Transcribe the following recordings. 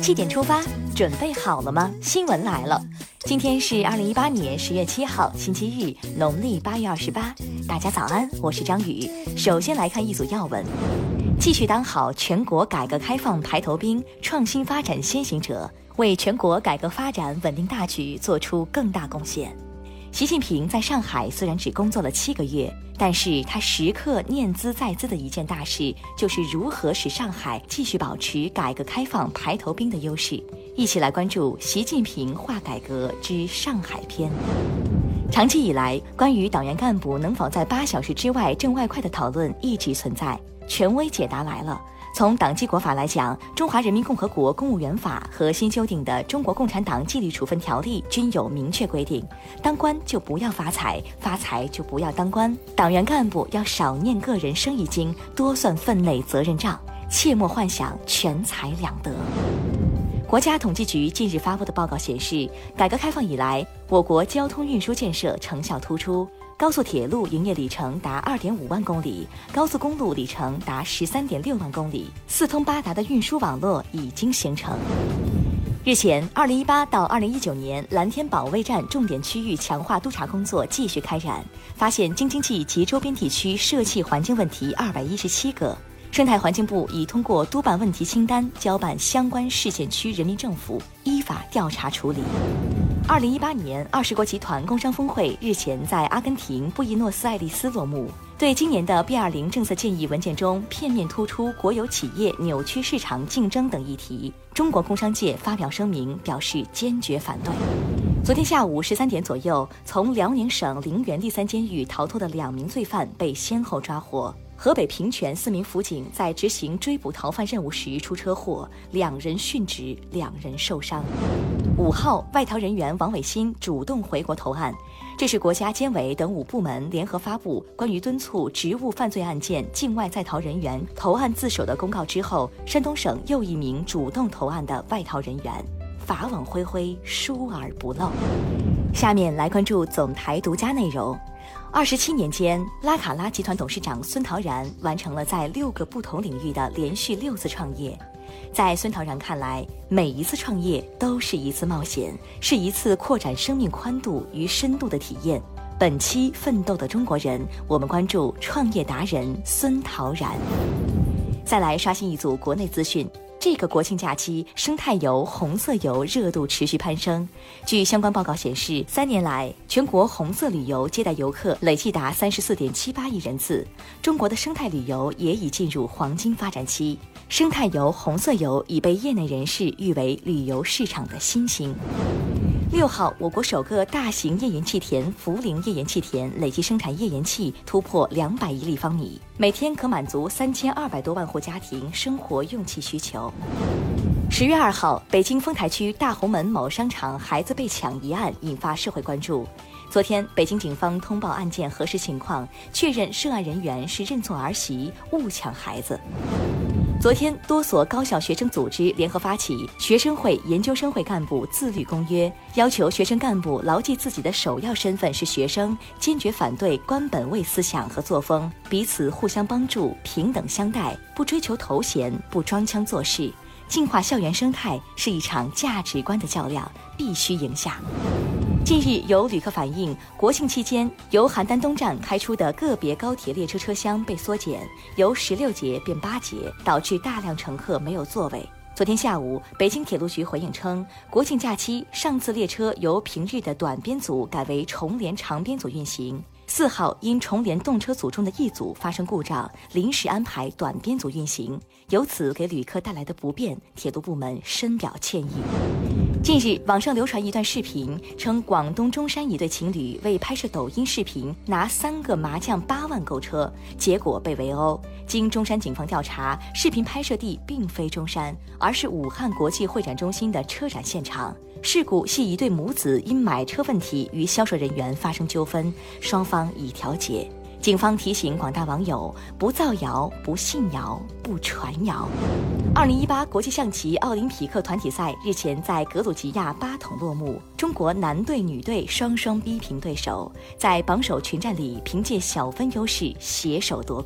7点出发，准备好了吗？新闻来了，今天是2018年10月7号，星期日，农历8月28。大家早安，我是张宇。首先来看一组要闻：继续当好全国改革开放排头兵、创新发展先行者，为全国改革发展稳定大局做出更大贡献。习近平在上海虽然只工作了7个月，但是他时刻念兹在兹的一件大事，就是如何使上海继续保持改革开放排头兵的优势。一起来关注习近平话改革之上海篇。长期以来，关于党员干部能否在8小时之外挣外快的讨论一直存在。权威解答来了。从党纪国法来讲，中华人民共和国公务员法和新修订的中国共产党纪律处分条例均有明确规定，当官就不要发财，发财就不要当官。党员干部要少念个人生意经，多算分内责任账，切莫幻想全财两得。国家统计局近日发布的报告显示，改革开放以来，我国交通运输建设成效突出，高速铁路营业里程达2.5万公里，高速公路里程达13.6万公里，四通八达的运输网络已经形成。日前，2018到2019年蓝天保卫战重点区域强化督查工作继续开展，发现京津冀及周边地区涉气环境问题217个。生态环境部已通过督办问题清单交办相关市县区人民政府依法调查处理。2018年20国集团工商峰会日前在阿根廷布宜诺斯艾利斯落幕。对今年的 B20 政策建议文件中片面突出国有企业扭曲市场竞争等议题，中国工商界发表声明表示坚决反对。昨天下午13点左右，从辽宁省陵园第3监狱逃脱的2名罪犯被先后抓获。河北平泉4名辅警在执行追捕逃犯任务时出车祸，2人殉职，2人受伤。5号，外逃人员王伟新主动回国投案，这是国家监委等5部门联合发布关于敦促职务犯罪案件境外在逃人员投案自首的公告之后，山东省又一名主动投案的外逃人员。法网恢恢，疏而不漏。下面来关注总台独家内容。27年间，拉卡拉集团董事长孙陶然完成了在6个不同领域的连续6次创业。在孙陶然看来，每一次创业都是一次冒险，是一次扩展生命宽度与深度的体验。本期奋斗的中国人，我们关注创业达人孙陶然。再来刷新一组国内资讯。这个国庆假期，生态游、红色游热度持续攀升。据相关报告显示，3年来，全国红色旅游接待游客累计达34.78亿人次。中国的生态旅游也已进入黄金发展期，生态游、红色游已被业内人士誉为旅游市场的新星。6号，我国首个大型页岩气田涪陵页岩气田累计生产页岩气突破200亿立方米，每天可满足3200多万户家庭生活用气需求。10月2号，北京丰台区大红门某商场孩子被抢一案引发社会关注。昨天，北京警方通报案件核实情况，确认涉案人员是认错儿媳，误抢孩子。昨天，多所高校学生组织联合发起学生会、研究生会干部自律公约，要求学生干部牢记自己的首要身份是学生，坚决反对官本位思想和作风，彼此互相帮助，平等相待，不追求头衔，不装腔作势。净化校园生态是一场价值观的较量，必须赢下。近日，有旅客反映，国庆期间由邯郸东站开出的个别高铁列车车厢被缩减，由16节变8节，导致大量乘客没有座位。昨天下午，北京铁路局回应称，国庆假期上次列车由平日的短编组改为重联长编组运行。4号，因重联动车组中的一组发生故障，临时安排短编组运行，由此给旅客带来的不便，铁路部门深表歉意。近日，网上流传一段视频，称广东中山一对情侣为拍摄抖音视频，拿3个麻将8万购车，结果被围殴。经中山警方调查，视频拍摄地并非中山，而是武汉国际会展中心的车展现场。事故系一对母子因买车问题与销售人员发生纠纷，双方已调解。警方提醒广大网友不造谣、不信谣、不传谣。2018国际象棋奥林匹克团体赛日前在格鲁吉亚巴统落幕，中国男队、女队双双逼平对手，在榜首群战里凭借小分优势携手夺冠。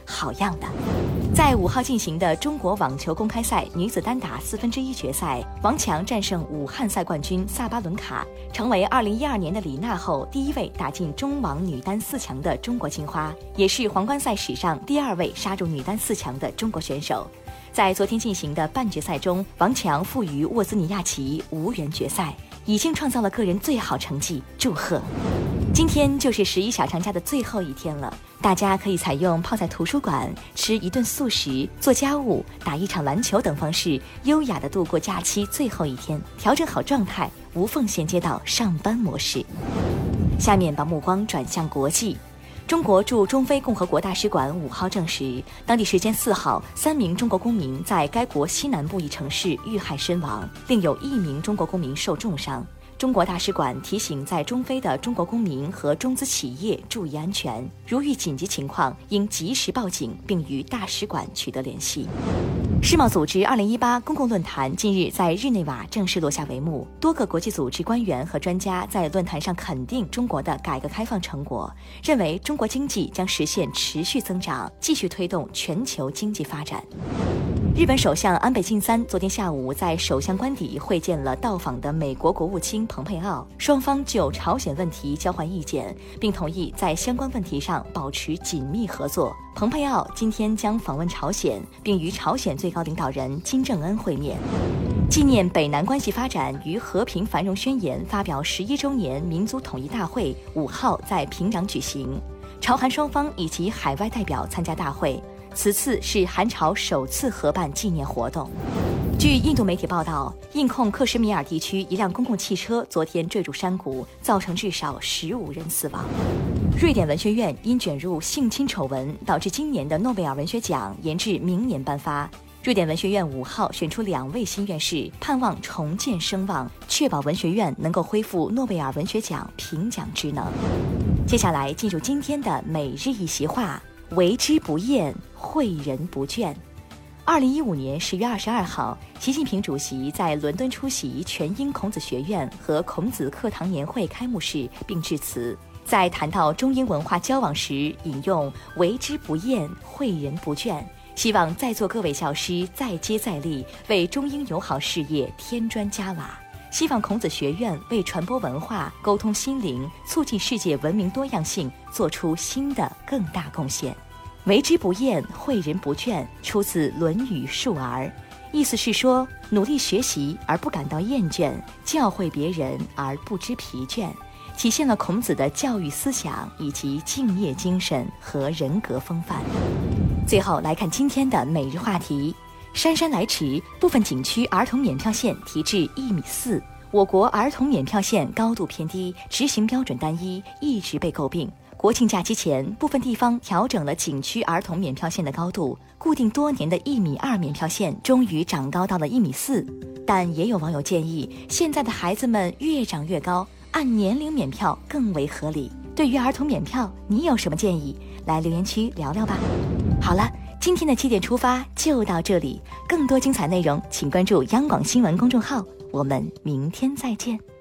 好样的！在5号进行的中国网球公开赛女子单打1/4决赛，王强战胜武汉赛冠军萨巴伦卡，成为2012年的李娜后第一位打进中网女单4强的中国金花，也是皇冠赛史上第2位杀入女单4强的中国选手。在昨天进行的半决赛中，王强负于沃兹尼亚奇无缘决赛，已经创造了个人最好成绩，祝贺！今天就是11小长假的最后一天了，大家可以采用泡在图书馆、吃一顿素食、做家务、打一场篮球等方式，优雅地度过假期最后一天，调整好状态，无缝衔接到上班模式。下面把目光转向国际。中国驻中非共和国大使馆5号证实，当地时间4号，3名中国公民在该国西南部一城市遇害身亡，另有1名中国公民受重伤。中国大使馆提醒在中非的中国公民和中资企业注意安全，如遇紧急情况应及时报警，并与大使馆取得联系。世贸组织2018公共论坛近日在日内瓦正式落下帷幕，多个国际组织官员和专家在论坛上肯定中国的改革开放成果，认为中国经济将实现持续增长，继续推动全球经济发展。日本首相安倍晋三昨天下午在首相官邸会见了到访的美国国务卿蓬佩奥，双方就朝鲜问题交换意见，并同意在相关问题上保持紧密合作。蓬佩奥今天将访问朝鲜，并与朝鲜最高领导人金正恩会面。纪念北南关系发展与和平繁荣宣言发表11周年民族统一大会5号在平壤举行，朝韩双方以及海外代表参加大会。此次是韩朝首次合办纪念活动。据印度媒体报道，印控克什米尔地区一辆公共汽车昨天坠入山谷，造成至少15人死亡。瑞典文学院因卷入性侵丑闻，导致今年的诺贝尔文学奖延至明年颁发。瑞典文学院5号选出2位新院士，盼望重建声望，确保文学院能够恢复诺贝尔文学奖评奖职能。接下来进入今天的每日一席话：为之不厌，诲人不倦。2015年10月22号，习近平主席在伦敦出席全英孔子学院和孔子课堂年会开幕式并致辞。在谈到中英文化交往时，引用“为之不厌，诲人不倦”，希望在座各位教师再接再厉，为中英友好事业添砖加瓦。希望孔子学院为传播文化、沟通心灵、促进世界文明多样性做出新的更大贡献。为之不厌，诲人不倦，出自《论语·述而》，意思是说，努力学习而不感到厌倦，教诲别人而不知疲倦，体现了孔子的教育思想以及敬业精神和人格风范。最后来看今天的每日话题：姗姗来迟，部分景区儿童免票线提至1.4米。我国儿童免票线高度偏低，执行标准单一，一直被诟病。国庆假期前，部分地方调整了景区儿童免票线的高度，固定多年的1.2米免票线终于长高到了1.4米。但也有网友建议，现在的孩子们越长越高，按年龄免票更为合理。对于儿童免票，你有什么建议？来留言区聊聊吧。好了，今天的7点出发就到这里，更多精彩内容请关注央广新闻公众号，我们明天再见。